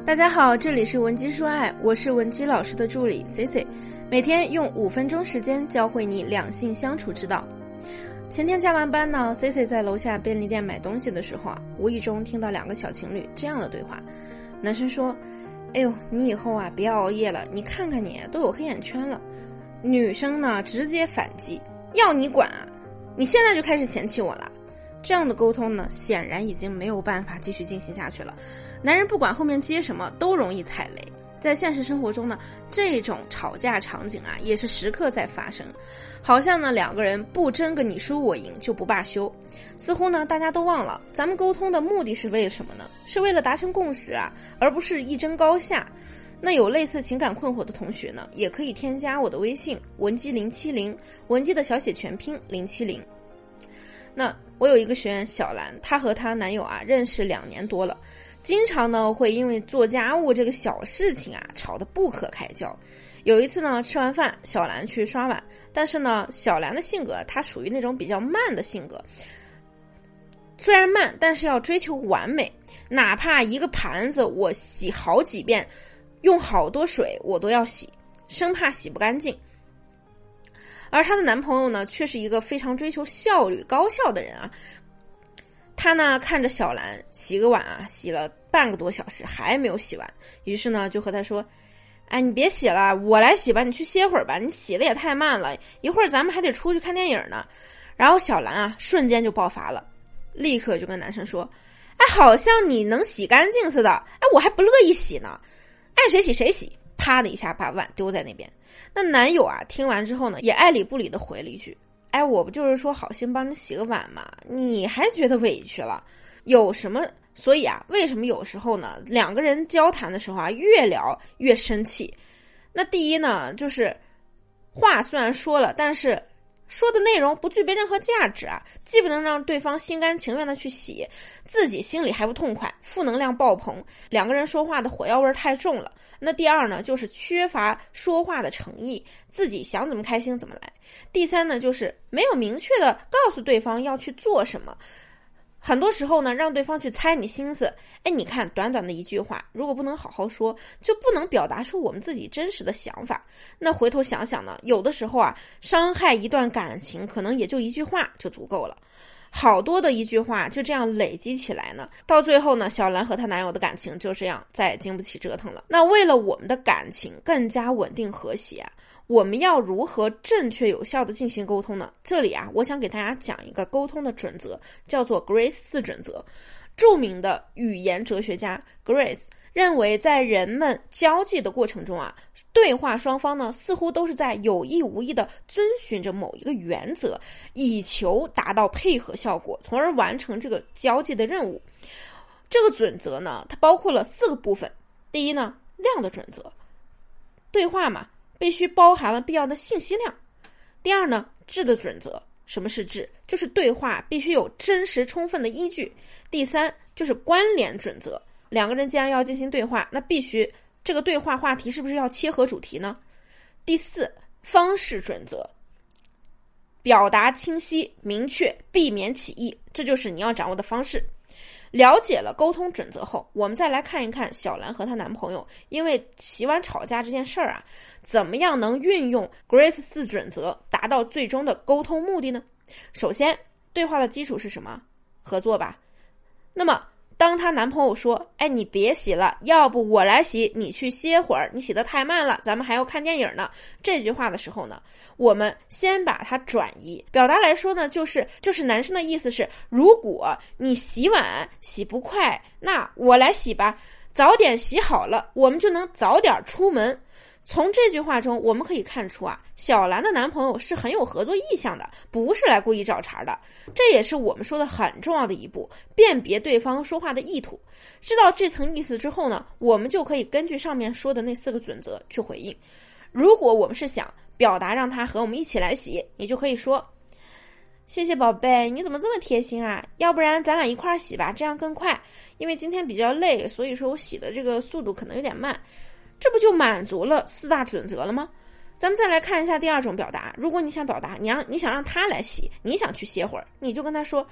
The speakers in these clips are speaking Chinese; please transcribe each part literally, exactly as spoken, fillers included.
大家好，这里是文姬说爱，我是文姬老师的助理 C C， 每天用五分钟时间教会你两性相处之道。前天加完班呢 ，C C 在楼下便利店买东西的时候啊，无意中听到两个小情侣这样的对话。男生说：“哎呦，你以后啊别熬夜了，你看看你都有黑眼圈了。”女生呢直接反击：“要你管啊！你现在就开始嫌弃我了。”这样的沟通呢，显然已经没有办法继续进行下去了。男人不管后面接什么，都容易踩雷。在现实生活中呢，这种吵架场景啊，也是时刻在发生。好像呢，两个人不争个你输我赢就不罢休。似乎呢，大家都忘了，咱们沟通的目的是为了什么呢？是为了达成共识啊，而不是一争高下。那有类似情感困惑的同学呢，也可以添加我的微信文姬零七零，文姬的小写全拼零七零。那我有一个学员小兰，她和她男友啊认识两年多了，经常呢会因为做家务这个小事情啊吵得不可开交。有一次呢吃完饭，小兰去刷碗，但是呢小兰的性格她属于那种比较慢的性格，虽然慢，但是要追求完美，哪怕一个盘子我洗好几遍，用好多水我都要洗，生怕洗不干净。而她的男朋友呢，却是一个非常追求效率、高效的人啊。他呢看着小兰洗个碗啊，洗了半个多小时还没有洗完，于是呢就和她说：“哎，你别洗了，我来洗吧，你去歇会儿吧，你洗的也太慢了，一会儿咱们还得出去看电影呢。”然后小兰啊瞬间就爆发了，立刻就跟男生说：“哎，好像你能洗干净似的，哎，我还不乐意洗呢，爱谁洗谁洗。”啪的一下把碗丢在那边。那男友啊听完之后呢，也爱理不理的回了一句：“哎，我不就是说好心帮你洗个碗吗？你还觉得委屈了？有什么？”所以啊，为什么有时候呢，两个人交谈的时候啊，越聊越生气？那第一呢，就是话虽然说了，但是说的内容不具备任何价值啊，既不能让对方心甘情愿的去洗，自己心里还不痛快，负能量爆棚，两个人说话的火药味太重了。那第二呢，就是缺乏说话的诚意，自己想怎么开心怎么来。第三呢，就是没有明确的告诉对方要去做什么，很多时候呢，让对方去猜你心思。哎，你看短短的一句话，如果不能好好说，就不能表达出我们自己真实的想法。那回头想想呢，有的时候啊，伤害一段感情可能也就一句话就足够了。好多的一句话就这样累积起来呢，到最后呢，小兰和她男友的感情就这样再也经不起折腾了。那为了我们的感情更加稳定和谐啊，我们要如何正确有效的进行沟通呢？这里啊，我想给大家讲一个沟通的准则，叫做 Grace 四准则。著名的语言哲学家 Grace 认为，在人们交际的过程中啊，对话双方呢似乎都是在有意无意的遵循着某一个原则，以求达到配合效果，从而完成这个交际的任务。这个准则呢，它包括了四个部分。第一呢，量的准则，对话嘛，必须包含了必要的信息量。第二呢，质的准则，什么是质？就是对话必须有真实充分的依据。第三就是关联准则，两个人既然要进行对话，那必须这个对话话题是不是要切合主题呢？第四，方式准则，表达清晰明确，避免起意，这就是你要掌握的方式。了解了沟通准则后，我们再来看一看小兰和她男朋友因为洗碗吵架这件事儿啊，怎么样能运用 Grace 四准则达到最终的沟通目的呢？首先，对话的基础是什么？合作吧。那么当她男朋友说：“哎，你别洗了，要不我来洗，你去歇会儿，你洗得太慢了，咱们还要看电影呢。”这句话的时候呢，我们先把它转移，表达来说呢，就是就是男生的意思是，如果你洗碗洗不快，那我来洗吧，早点洗好了，我们就能早点出门。从这句话中我们可以看出啊，小兰的男朋友是很有合作意向的，不是来故意找茬的。这也是我们说的很重要的一步，辨别对方说话的意图。知道这层意思之后呢，我们就可以根据上面说的那四个准则去回应。如果我们是想表达让他和我们一起来洗，你就可以说：“谢谢宝贝，你怎么这么贴心啊？要不然咱俩一块儿洗吧，这样更快。因为今天比较累，所以说我洗的这个速度可能有点慢。”这不就满足了四大准则了吗？咱们再来看一下第二种表达。如果你想表达，你让你想让他来洗，你想去歇会儿，你就跟他说：“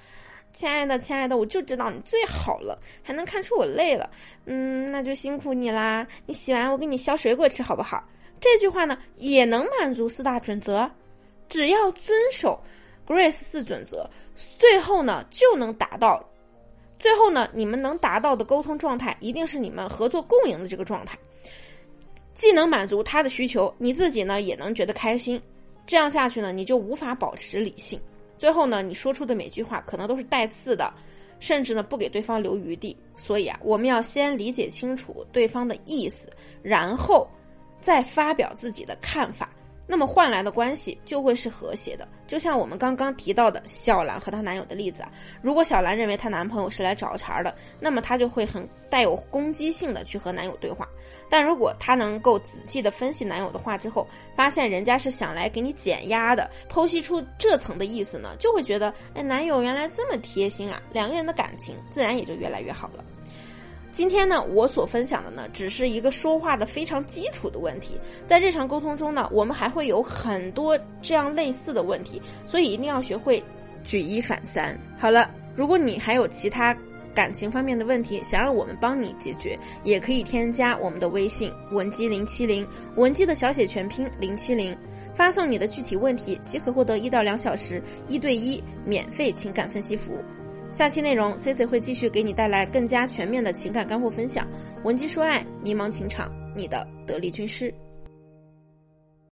亲爱的亲爱的，我就知道你最好了，还能看出我累了，嗯，那就辛苦你啦，你洗完我给你削水果吃好不好？这句话呢也能满足四大准则，只要遵守 Grace 四准则，最后呢就能达到最后呢你们能达到的沟通状态一定是你们合作共赢的这个状态，既能满足他的需求，你自己呢也能觉得开心，这样下去呢你就无法保持理性，最后呢你说出的每句话可能都是带刺的，甚至呢不给对方留余地。所以啊，我们要先理解清楚对方的意思，然后再发表自己的看法，那么换来的关系就会是和谐的。就像我们刚刚提到的小兰和她男友的例子啊，如果小兰认为她男朋友是来找茬的，那么她就会很带有攻击性的去和男友对话，但如果她能够仔细的分析男友的话之后，发现人家是想来给你减压的，剖析出这层的意思呢，就会觉得哎，男友原来这么贴心啊，两个人的感情自然也就越来越好了。今天呢，我所分享的呢，只是一个说话的非常基础的问题，在日常沟通中呢，我们还会有很多这样类似的问题，所以一定要学会举一反三。好了，如果你还有其他感情方面的问题，想让我们帮你解决，也可以添加我们的微信文姬零七零，文姬的小写全拼零七零，发送你的具体问题，即可获得一到两小时一对一免费情感分析服务。下期内容 C C 会继续给你带来更加全面的情感干货分享，文姬说爱，迷茫情场，你的得力军师。